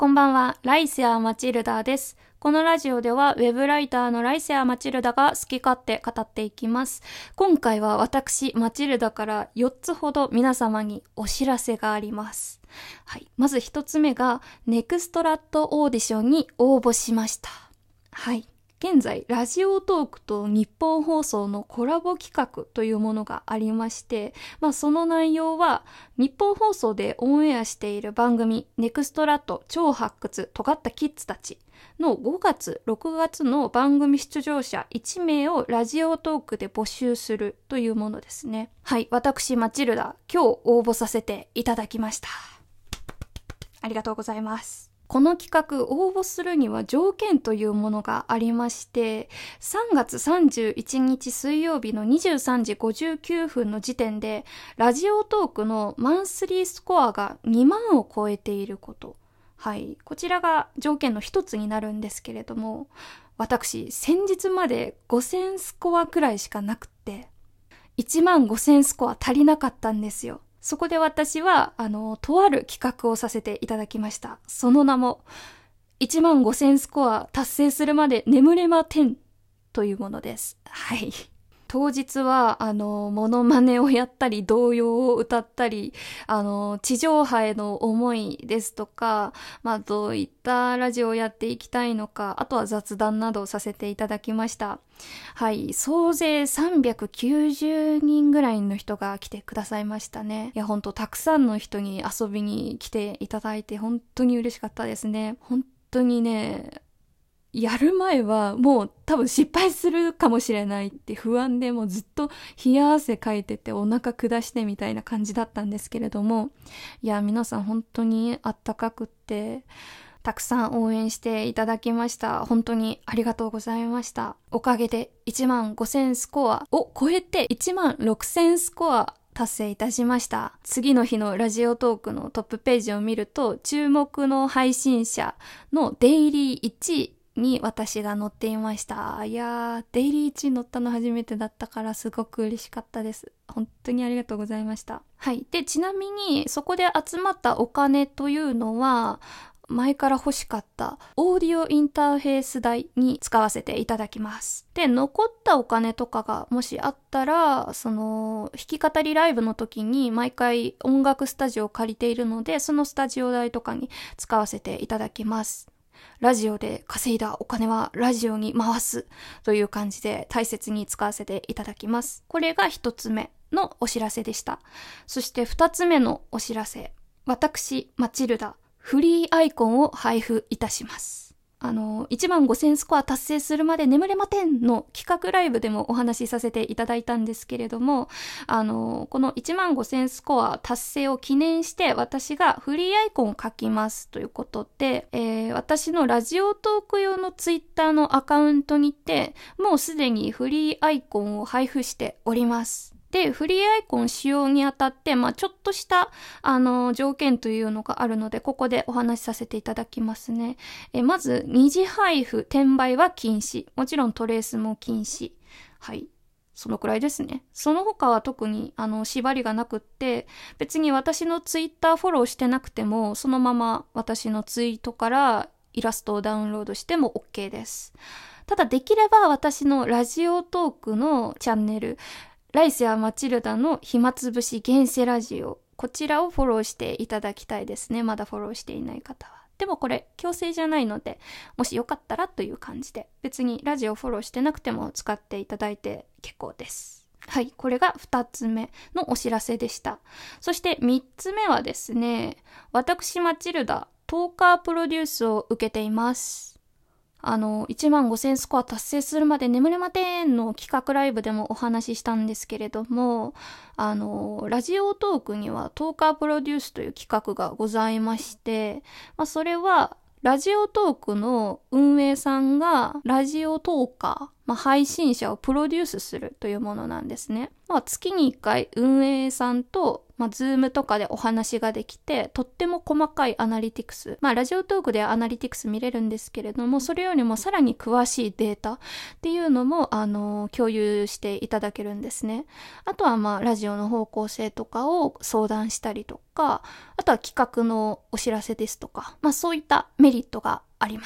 こんばんは、ライセア・マチルダです。このラジオではウェブライターのライセア・マチルダが好き勝手語っていきます。今回は私、マチルダから4つほど皆様にお知らせがあります。はい、まず1つ目が、ネクストラットオーディションに応募しました。はい。現在、ラジオトークと日本放送のコラボ企画というものがありまして、その内容は、日本放送でオンエアしている番組、ネクストラット超発掘尖ったキッズたちの5月、6月の番組出場者1名をラジオトークで募集するというものですね。はい、私、マチルダ、今日応募させていただきました。ありがとうございます。この企画応募するには条件というものがありまして、3月31日水曜日の23時59分の時点でラジオトークのマンスリースコアが2万を超えていること。はい。こちらが条件の一つになるんですけれども、私先日まで5000スコアくらいしかなくって、1万5000スコア足りなかったんですよ。そこで私は、とある企画をさせていただきました。その名も、1万5000スコア達成するまで眠れま10というものです。はい。当日は、モノマネをやったり、童謡を歌ったり、地上波への思いですとか、どういったラジオをやっていきたいのか、あとは雑談などをさせていただきました。はい、総勢390人ぐらいの人が来てくださいましたね。いや、ほんとたくさんの人に遊びに来ていただいて、本当に嬉しかったですね。本当にね、やる前はもう多分失敗するかもしれないって不安でもうずっと冷や汗かいててお腹下してみたいな感じだったんですけれども、いや皆さん本当にあったかくってたくさん応援していただきました。本当にありがとうございました。おかげで1万5000スコアを超えて1万6000スコア達成いたしました。次の日のラジオトークのトップページを見ると注目の配信者のデイリー1位に私が載っていました。いやー、デイリー1位載ったの初めてだったからすごく嬉しかったです。本当にありがとうございました。はい。で、ちなみにそこで集まったお金というのは、前から欲しかったオーディオインターフェース代に使わせていただきます。で、残ったお金とかがもしあったら、弾き語りライブの時に毎回音楽スタジオを借りているので、そのスタジオ代とかに使わせていただきます。ラジオで稼いだお金はラジオに回すという感じで大切に使わせていただきます。これが一つ目のお知らせでした。そして二つ目のお知らせ。私、マチルダ、フリーアイコンを配布いたします。1万5000スコア達成するまで眠れまてんの企画ライブでもお話しさせていただいたんですけれども、この1万5000スコア達成を記念して私がフリーアイコンを書きますということで、私のラジオトーク用のツイッターのアカウントにて、もうすでにフリーアイコンを配布しております。で、フリーアイコン使用にあたって、ちょっとした、条件というのがあるので、ここでお話しさせていただきますね。まず、二次配布、転売は禁止。もちろんトレースも禁止。はい。そのくらいですね。その他は特に、縛りがなくって、別に私のツイッターフォローしてなくても、そのまま私のツイートからイラストをダウンロードしても OK です。ただ、できれば私のラジオトークのチャンネル、ライセア・マチルダの暇つぶし現世ラジオ。こちらをフォローしていただきたいですね。まだフォローしていない方は。でもこれ強制じゃないので、もしよかったらという感じで、別にラジオフォローしてなくても使っていただいて結構です。はい、これが2つ目のお知らせでした。そして3つ目はですね、私マチルダ、トーカープロデュースを受けています。1万5000スコア達成するまで眠れまてんの企画ライブでもお話ししたんですけれども、ラジオトークにはトーカープロデュースという企画がございまして、それはラジオトークの運営さんがラジオトーカ配信者をプロデュースするというものなんですね。月に1回運営さんとズームとかでお話ができて、とっても細かいアナリティクス、ラジオトークでアナリティクス見れるんですけれども、それよりもさらに詳しいデータっていうのも共有していただけるんですね。あとはラジオの方向性とかを相談したりとか、あとは企画のお知らせですとか、そういったメリットがあります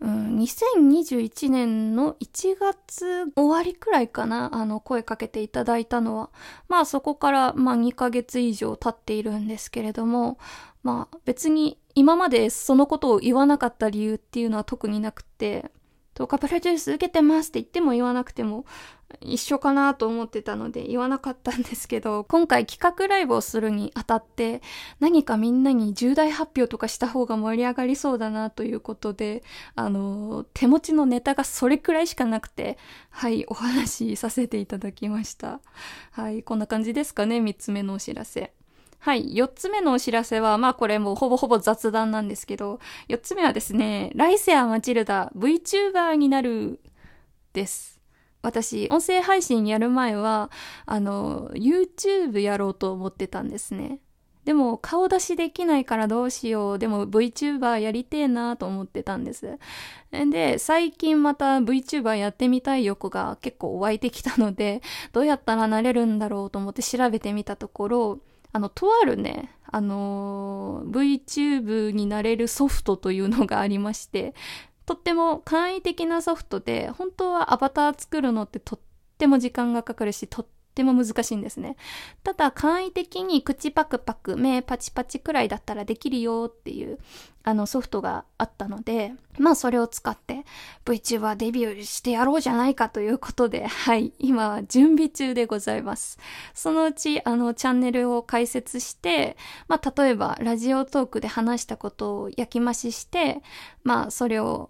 。2021年の1月終わりくらいかな、声かけていただいたのは、そこから2ヶ月以上経っているんですけれども、別に今までそのことを言わなかった理由っていうのは特になくて、10日プロデュース受けてますって言っても言わなくても一緒かなと思ってたので言わなかったんですけど、今回企画ライブをするにあたって何かみんなに重大発表とかした方が盛り上がりそうだなということで、手持ちのネタがそれくらいしかなくて、お話しさせていただきました。こんな感じですかね、3つ目のお知らせ。4つ目のお知らせは、これもほぼほぼ雑談なんですけど、4つ目はですね、来世はマチルダ VTuber になるです。私、音声配信やる前は、YouTube やろうと思ってたんですね。でも、顔出しできないからどうしよう。でも、VTuber やりてえなと思ってたんです。で、最近また VTuber やってみたい欲が結構湧いてきたので、どうやったらなれるんだろうと思って調べてみたところ、とあるね、VTube になれるソフトというのがありまして、とっても簡易的なソフトで、本当はアバター作るのってとっても時間がかかるし、とっても難しいんですね。ただ簡易的に口パクパク、目パチパチくらいだったらできるよっていうソフトがあったので、それを使って VTuber デビューしてやろうじゃないかということで、今は準備中でございます。そのうちチャンネルを開設して、例えばラジオトークで話したことを焼き増しして、それを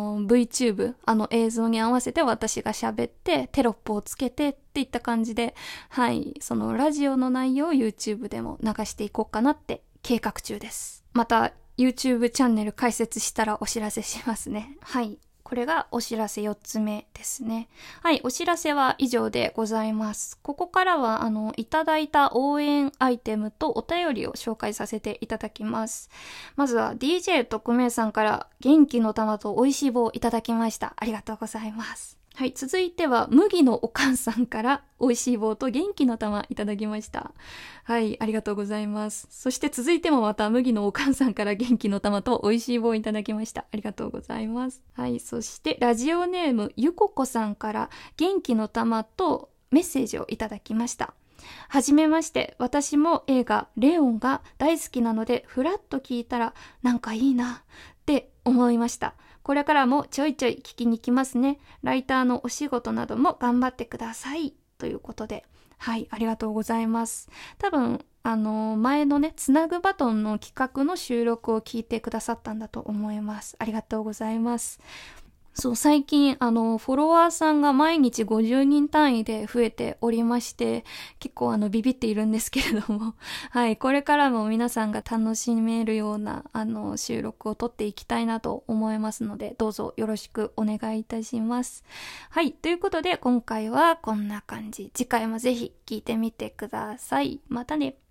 VTube 映像に合わせて私が喋ってテロップをつけてっていった感じで、そのラジオの内容を YouTube でも流していこうかなって計画中です。またYouTube チャンネル開設したらお知らせしますね。これがお知らせ4つ目ですね。お知らせは以上でございます。ここからはいただいた応援アイテムとお便りを紹介させていただきます。まずは DJ 特命さんから元気の玉と美味しい棒をいただきました。ありがとうございます。続いては麦のおかんさんから美味しい棒と元気の玉いただきました。ありがとうございます。そして続いてもまた麦のおかんさんから元気の玉と美味しい棒いただきました。ありがとうございます。そしてラジオネームゆここさんから元気の玉とメッセージをいただきました。はじめまして、私も映画レオンが大好きなので、ふらっと聞いたらなんかいいなって思いました。これからもちょいちょい聞きに来ますね。ライターのお仕事なども頑張ってください。ということで、ありがとうございます。多分、前のね、つなぐバトンの企画の収録を聞いてくださったんだと思います。ありがとうございます。最近、フォロワーさんが毎日50人単位で増えておりまして、結構ビビっているんですけれども、これからも皆さんが楽しめるような、収録を撮っていきたいなと思いますので、どうぞよろしくお願いいたします。ということで、今回はこんな感じ。次回もぜひ聞いてみてください。またね。